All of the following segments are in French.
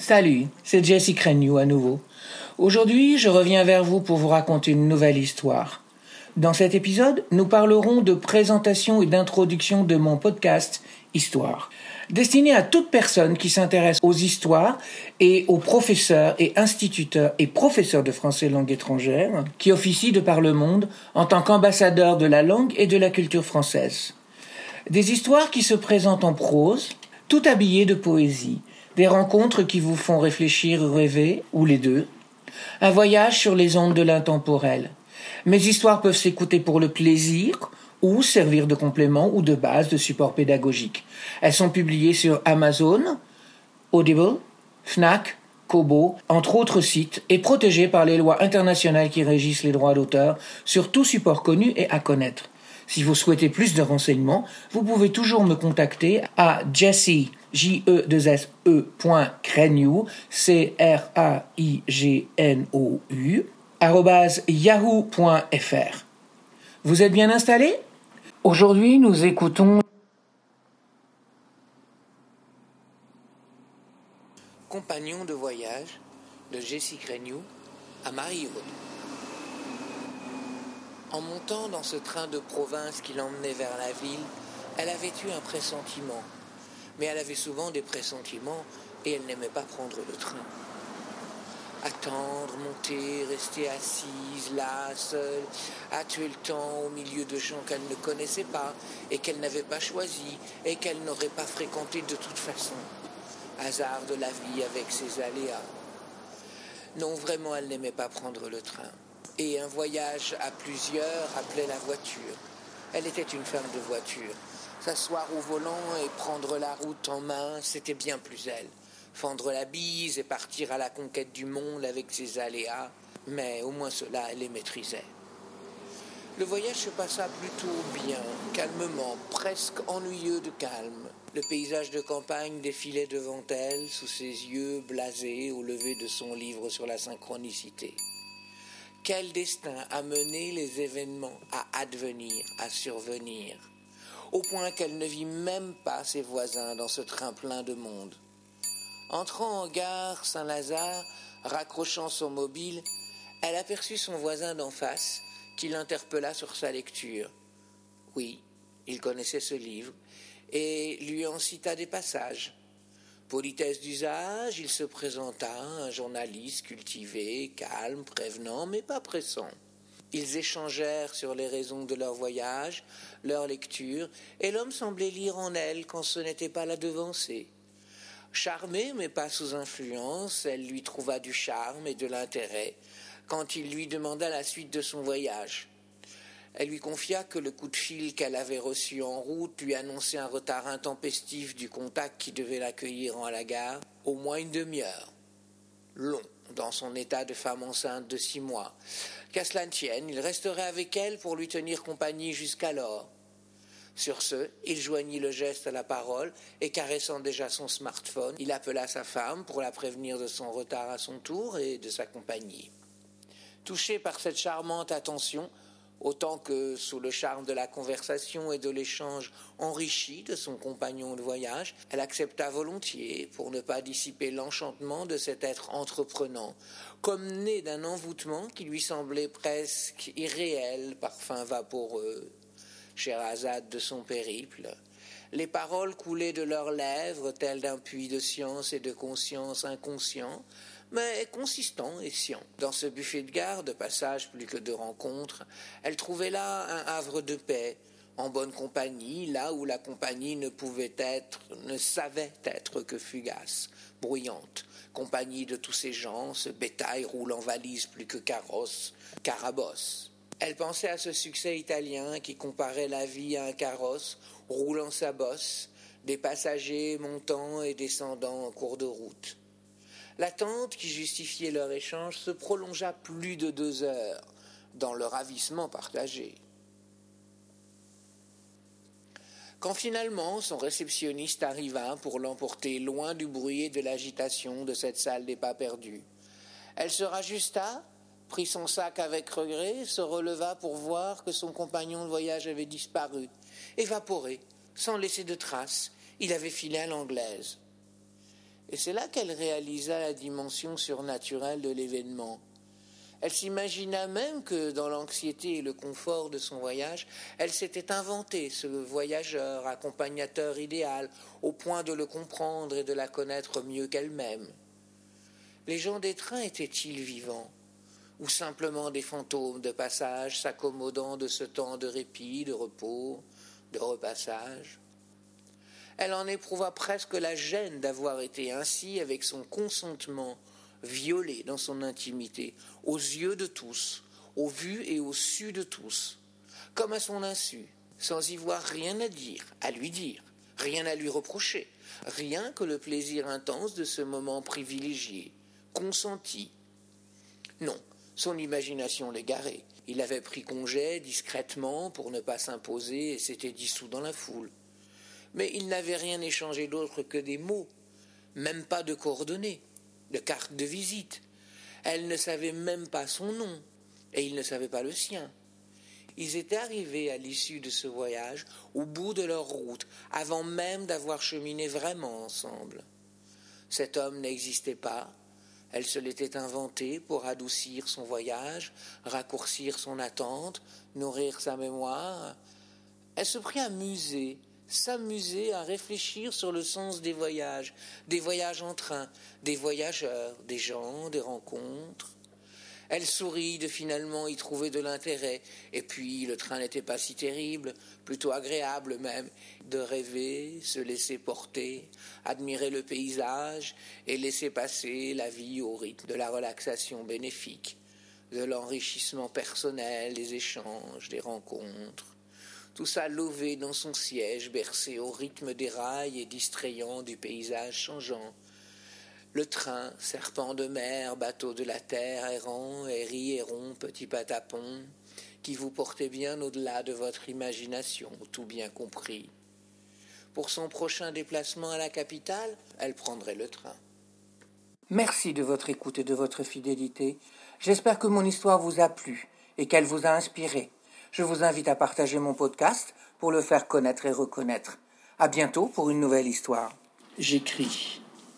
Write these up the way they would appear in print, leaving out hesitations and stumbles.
Salut, c'est Jessie Crennew à nouveau. Aujourd'hui, je reviens vers vous pour vous raconter une nouvelle histoire. Dans cet épisode, nous parlerons de présentation et d'introduction de mon podcast Histoire, destiné à toute personne qui s'intéresse aux histoires et aux professeurs et instituteurs et professeurs de français langue étrangère qui officient de par le monde en tant qu'ambassadeurs de la langue et de la culture française. Des histoires qui se présentent en prose, tout habillées de poésie, des rencontres qui vous font réfléchir ou rêver, ou les deux, un voyage sur les ondes de l'intemporel. Mes histoires peuvent s'écouter pour le plaisir ou servir de complément ou de base de support pédagogique. Elles sont publiées sur Amazon, Audible, Fnac, Kobo, entre autres sites, et protégées par les lois internationales qui régissent les droits d'auteur sur tout support connu et à connaître. Si vous souhaitez plus de renseignements, vous pouvez toujours me contacter à Jessie, J-E-2-S-E.Crennew, C-R-A-I-G-N-O-U, @yahoo.fr. Vous êtes bien installés ? Aujourd'hui, nous écoutons Compagnon de voyage de Jessie Crennew à Marie-Aude. En montant dans ce train de province qui l'emmenait vers la ville, elle avait eu un pressentiment. Mais elle avait souvent des pressentiments et elle n'aimait pas prendre le train. Attendre, monter, rester assise, là, seule, à tuer le temps au milieu de gens qu'elle ne connaissait pas et qu'elle n'avait pas choisis et qu'elle n'aurait pas fréquentés de toute façon. Hasard de la vie avec ses aléas. Non, vraiment, elle n'aimait pas prendre le train. Et un voyage à plusieurs appelait la voiture. Elle était une femme de voiture. S'asseoir au volant et prendre la route en main, c'était bien plus elle. Fendre la bise et partir à la conquête du monde avec ses aléas, mais au moins cela, elle les maîtrisait. Le voyage se passa plutôt bien, calmement, presque ennuyeux de calme. Le paysage de campagne défilait devant elle, sous ses yeux blasés au lever de son livre sur la synchronicité. Quel destin a mené les événements à advenir, à survenir, au point qu'elle ne vit même pas ses voisins dans ce train plein de monde. Entrant en gare Saint-Lazare, raccrochant son mobile, elle aperçut son voisin d'en face, qui l'interpella sur sa lecture. Oui, il connaissait ce livre, et lui en cita des passages. Politesse d'usage, il se présenta, un journaliste cultivé, calme, prévenant, mais pas pressant. Ils échangèrent sur les raisons de leur voyage, leur lecture, et l'homme semblait lire en elle quand ce n'était pas la devancer. Charmée, mais pas sous influence, elle lui trouva du charme et de l'intérêt quand il lui demanda la suite de son voyage. Elle lui confia que le coup de fil qu'elle avait reçu en route lui annonçait un retard intempestif du contact qui devait l'accueillir à la gare, au moins une demi-heure. Long, dans son état de femme enceinte de 6 mois. Qu'à cela ne tienne, il resterait avec elle pour lui tenir compagnie jusqu'alors. Sur ce, il joignit le geste à la parole et, caressant déjà son smartphone, il appela sa femme pour la prévenir de son retard à son tour et de sa compagnie. Touchée par cette charmante attention, autant que sous le charme de la conversation et de l'échange enrichi de son compagnon de voyage, elle accepta volontiers pour ne pas dissiper l'enchantement de cet être entreprenant, comme né d'un envoûtement qui lui semblait presque irréel, parfum vaporeux, Scheherazade de son périple. Les paroles coulaient de leurs lèvres, telles d'un puits de science et de conscience inconscient, mais consistant et sciant. Dans ce buffet de gare, de passage plus que de rencontre, elle trouvait là un havre de paix, en bonne compagnie, là où la compagnie ne savait être que fugace, bruyante, compagnie de tous ces gens, ce bétail roule en valise plus que carrosse, carabosse. Elle pensait à ce succès italien qui comparait la vie à un carrosse roulant sa bosse, des passagers montant et descendant en cours de route. L'attente qui justifiait leur échange se prolongea plus de 2 heures, dans le ravissement partagé. Quand finalement son réceptionniste arriva pour l'emporter loin du bruit et de l'agitation de cette salle des pas perdus, elle se rajusta, prit son sac avec regret, se releva pour voir que son compagnon de voyage avait disparu, évaporé, sans laisser de traces. Il avait filé à l'anglaise. Et c'est là qu'elle réalisa la dimension surnaturelle de l'événement. Elle s'imagina même que, dans l'anxiété et le confort de son voyage, elle s'était inventé ce voyageur, accompagnateur idéal, au point de le comprendre et de la connaître mieux qu'elle-même. Les gens des trains étaient-ils vivants, ou simplement des fantômes de passage s'accommodant de ce temps de répit, de repos, de repassage? Elle en éprouva presque la gêne d'avoir été ainsi, avec son consentement violé dans son intimité, aux yeux de tous, au vu et au su de tous, comme à son insu, sans y voir rien à lui dire, rien à lui reprocher, rien que le plaisir intense de ce moment privilégié, consenti. Non, son imagination l'égarait. Il avait pris congé discrètement pour ne pas s'imposer et s'était dissous dans la foule. Mais il n'avait rien échangé d'autre que des mots, même pas de coordonnées, de carte de visite. Elle ne savait même pas son nom, et il ne savait pas le sien. Ils étaient arrivés à l'issue de ce voyage, au bout de leur route, avant même d'avoir cheminé vraiment ensemble. Cet homme n'existait pas. Elle se l'était inventé pour adoucir son voyage, raccourcir son attente, nourrir sa mémoire. Elle se prit à s'amuser à réfléchir sur le sens des voyages en train, des voyageurs, des gens, des rencontres. Elle sourit de finalement y trouver de l'intérêt, et puis le train n'était pas si terrible, plutôt agréable même, de rêver, se laisser porter, admirer le paysage et laisser passer la vie au rythme de la relaxation bénéfique, de l'enrichissement personnel, des échanges, des rencontres. Tout ça lové dans son siège, bercé au rythme des rails et distrayant du paysage changeant. Le train, serpent de mer, bateau de la terre, errant, héri, héron, petit patapon, qui vous portait bien au-delà de votre imagination, tout bien compris. Pour son prochain déplacement à la capitale, elle prendrait le train. Merci de votre écoute et de votre fidélité. J'espère que mon histoire vous a plu et qu'elle vous a inspiré. Je vous invite à partager mon podcast pour le faire connaître et reconnaître. À bientôt pour une nouvelle histoire. J'écris.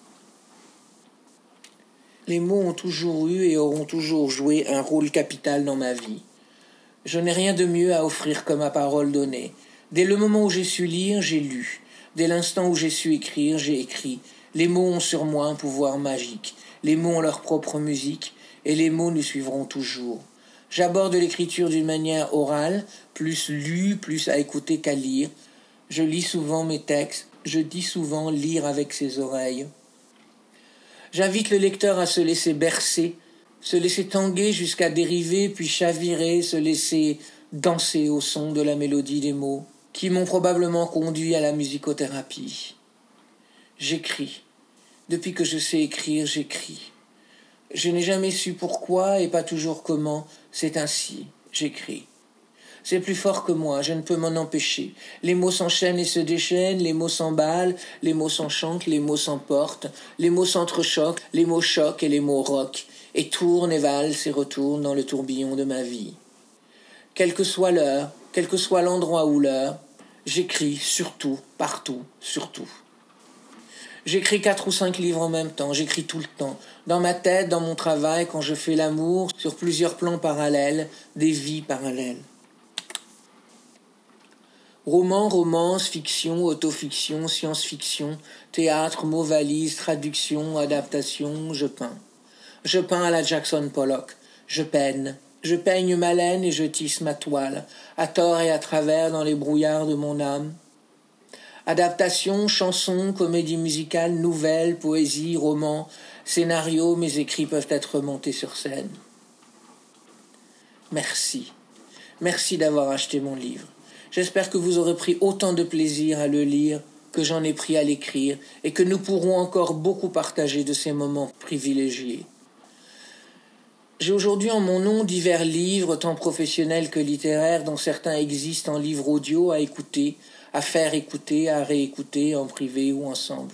Les mots ont toujours eu et auront toujours joué un rôle capital dans ma vie. Je n'ai rien de mieux à offrir que ma parole donnée. Dès le moment où j'ai su lire, j'ai lu. Dès l'instant où j'ai su écrire, j'ai écrit. Les mots ont sur moi un pouvoir magique. Les mots ont leur propre musique et les mots nous suivront toujours. J'aborde l'écriture d'une manière orale, plus lue, plus à écouter qu'à lire. Je lis souvent mes textes, je dis souvent lire avec ses oreilles. J'invite le lecteur à se laisser bercer, se laisser tanguer jusqu'à dériver, puis chavirer, se laisser danser au son de la mélodie des mots, qui m'ont probablement conduit à la musicothérapie. J'écris. Depuis que je sais écrire, j'écris. Je n'ai jamais su pourquoi et pas toujours comment, c'est ainsi, j'écris. C'est plus fort que moi, je ne peux m'en empêcher. Les mots s'enchaînent et se déchaînent, les mots s'emballent, les mots s'enchantent, les mots s'emportent, les mots s'entrechoquent, les mots choquent et les mots roquent, et tournent et valsent et retournent dans le tourbillon de ma vie. Quelle que soit l'heure, quel que soit l'endroit ou l'heure, j'écris surtout, partout, surtout. J'écris 4 ou 5 livres en même temps, j'écris tout le temps. Dans ma tête, dans mon travail, quand je fais l'amour, sur plusieurs plans parallèles, des vies parallèles. Romans, romances, fiction, autofiction, science-fiction, théâtre, mots valises, traduction, adaptation, je peins. Je peins à la Jackson Pollock. Je peine. Je peigne ma laine et je tisse ma toile, à tort et à travers dans les brouillards de mon âme. Adaptation, chansons, comédie musicale, nouvelles, poésie, romans, scénarios, mes écrits peuvent être montés sur scène. Merci. Merci d'avoir acheté mon livre. J'espère que vous aurez pris autant de plaisir à le lire que j'en ai pris à l'écrire et que nous pourrons encore beaucoup partager de ces moments privilégiés. J'ai aujourd'hui en mon nom divers livres, tant professionnels que littéraires, dont certains existent en livre audio à écouter, à faire écouter, à réécouter en privé ou ensemble.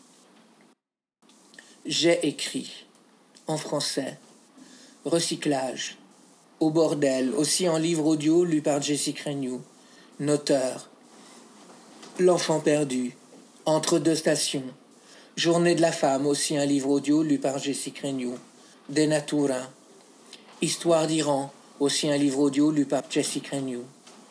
J'ai écrit, en français, Recyclage, Au bordel, aussi en livre audio lu par Jessie Cregnou, Noteur, L'enfant perdu, Entre deux stations, Journée de la femme, aussi un livre audio lu par Jessie Cregnew. De Natura. Histoire d'Iran, aussi un livre audio lu par Jessie Cregnew.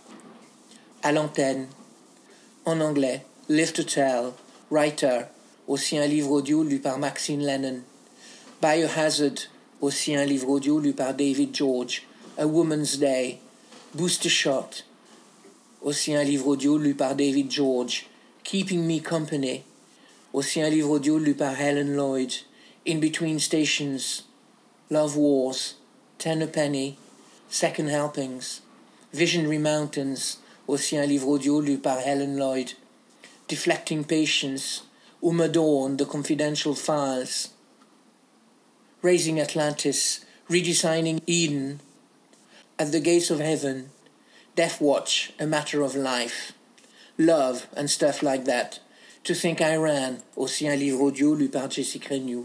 À l'antenne. En anglais, Live to Tell, Writer, aussi un livre audio lu par Maxine Lennon. Biohazard, aussi un livre audio lu par David George. A Woman's Day. Booster Shot, aussi un livre audio lu par David George. Keeping Me Company, aussi un livre audio lu par Helen Lloyd. In Between Stations. Love Wars, Ten a Penny, Second Helpings. Visionary Mountains, aussi un livre audio lu par Helen Lloyd. Deflecting Patience, Uma Dawn, The Confidential Files. Raising Atlantis, Redesigning Eden. At the Gates of Heaven, Death Watch, A Matter of Life. Love and Stuff Like That. To Think I Ran, aussi un livre audio lu par Jessie Cregnew.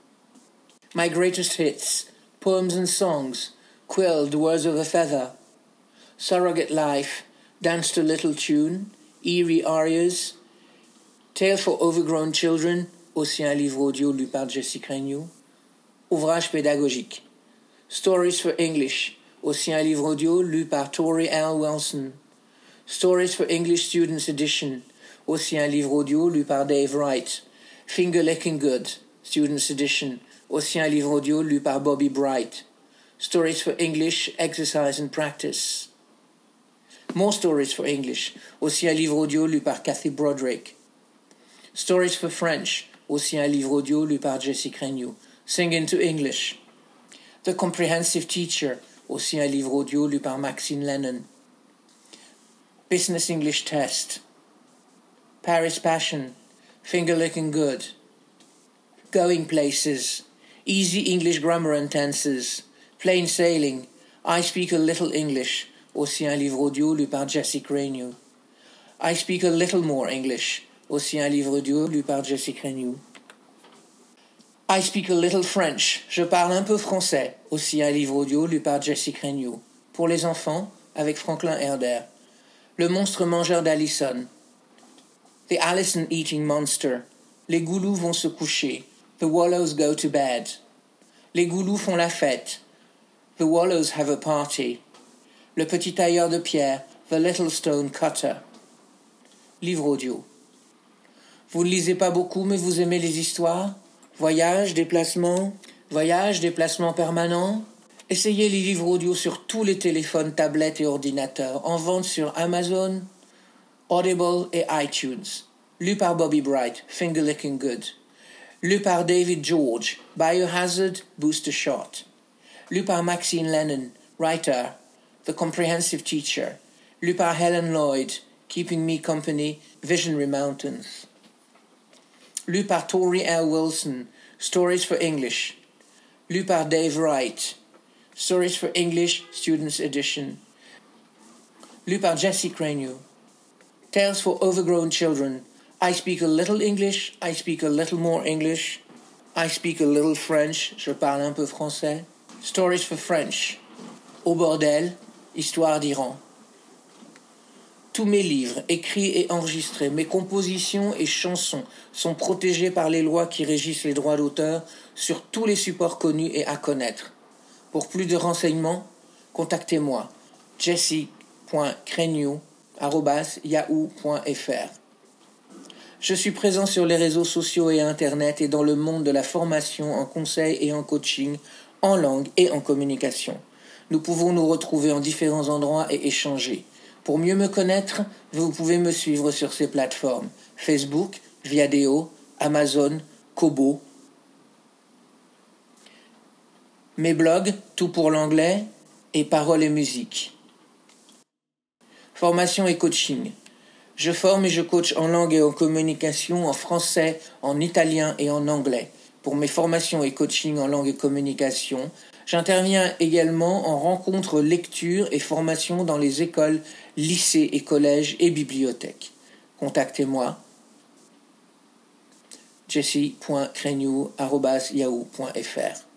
My Greatest Hits, Poems and Songs, Quill, The Words of a Feather. Surrogate Life, Dance to Little Tune, Eerie Arias. Tale for Overgrown Children, aussi un livre audio lu par Jessie Cregnew. Ouvrage pédagogique. Stories for English, aussi un livre audio lu par Tori L. Wilson. Stories for English Students Edition, aussi un livre audio lu par Dave Wright. Finger Licking Good, Students Edition, aussi un livre audio lu par Bobby Bright. Stories for English, Exercise and Practice. More Stories for English, aussi un livre audio lu par Kathy Broderick. Stories for French, aussi un livre audio lu par Jessie Cregnew. Sing into English. The Comprehensive Teacher, aussi un livre audio lu par Maxine Lennon. Business English Test. Paris Passion, Finger Licking Good. Going Places, Easy English Grammar and Tenses. Plain Sailing, I Speak a Little English, aussi un livre audio lu par Jessie Cregnew. I Speak a Little More English, aussi un livre audio lu par Jessie Cregnew. I Speak a Little French, je parle un peu français, aussi un livre audio lu par Jessie Cregnew. Pour les enfants, avec Franklin Herder. Le monstre mangeur d'Allison. The Allison Eating Monster. Les goulous vont se coucher. The wallows go to bed. Les goulous font la fête. The wallows have a party. Le petit tailleur de pierre. The Little Stone Cutter. Livre audio. Vous ne lisez pas beaucoup, mais vous aimez les histoires? Voyage, déplacement permanent. Essayez les livres audio sur tous les téléphones, tablettes et ordinateurs, en vente sur Amazon, Audible et iTunes. Lu par Bobby Bright, Finger Licking Good. Lu par David George, Biohazard, Booster Shot. Lu par Maxine Lennon, Writer, The Comprehensive Teacher. Lu par Helen Lloyd, Keeping Me Company, Visionary Mountains. Lu par Tori L. Wilson, Stories for English. Lu par Dave Wright, Stories for English, Students Edition. Lu par Jessie Cregnew, Tales for Overgrown Children. I speak a little English, I speak a little more English. I speak a little French, je parle un peu français. Stories for French. Au bordel, Histoire d'Iran. Tous mes livres, écrits et enregistrés, mes compositions et chansons sont protégés par les lois qui régissent les droits d'auteur sur tous les supports connus et à connaître. Pour plus de renseignements, contactez-moi jessie.cregnew@yahoo.fr. Je suis présent sur les réseaux sociaux et Internet et dans le monde de la formation en conseil et en coaching, en langue et en communication. Nous pouvons nous retrouver en différents endroits et échanger. Pour mieux me connaître, vous pouvez me suivre sur ces plateformes. Facebook, Viadeo, Amazon, Kobo. Mes blogs, Tout pour l'anglais et Paroles et musique. Formation et coaching. Je forme et je coach en langue et en communication en français, en italien et en anglais. Pour mes formations et coaching en langue et communication, j'interviens également en rencontres, lectures et formations dans les écoles, lycées et collèges et bibliothèques. Contactez-moi jessie.cregnew@yahoo.fr.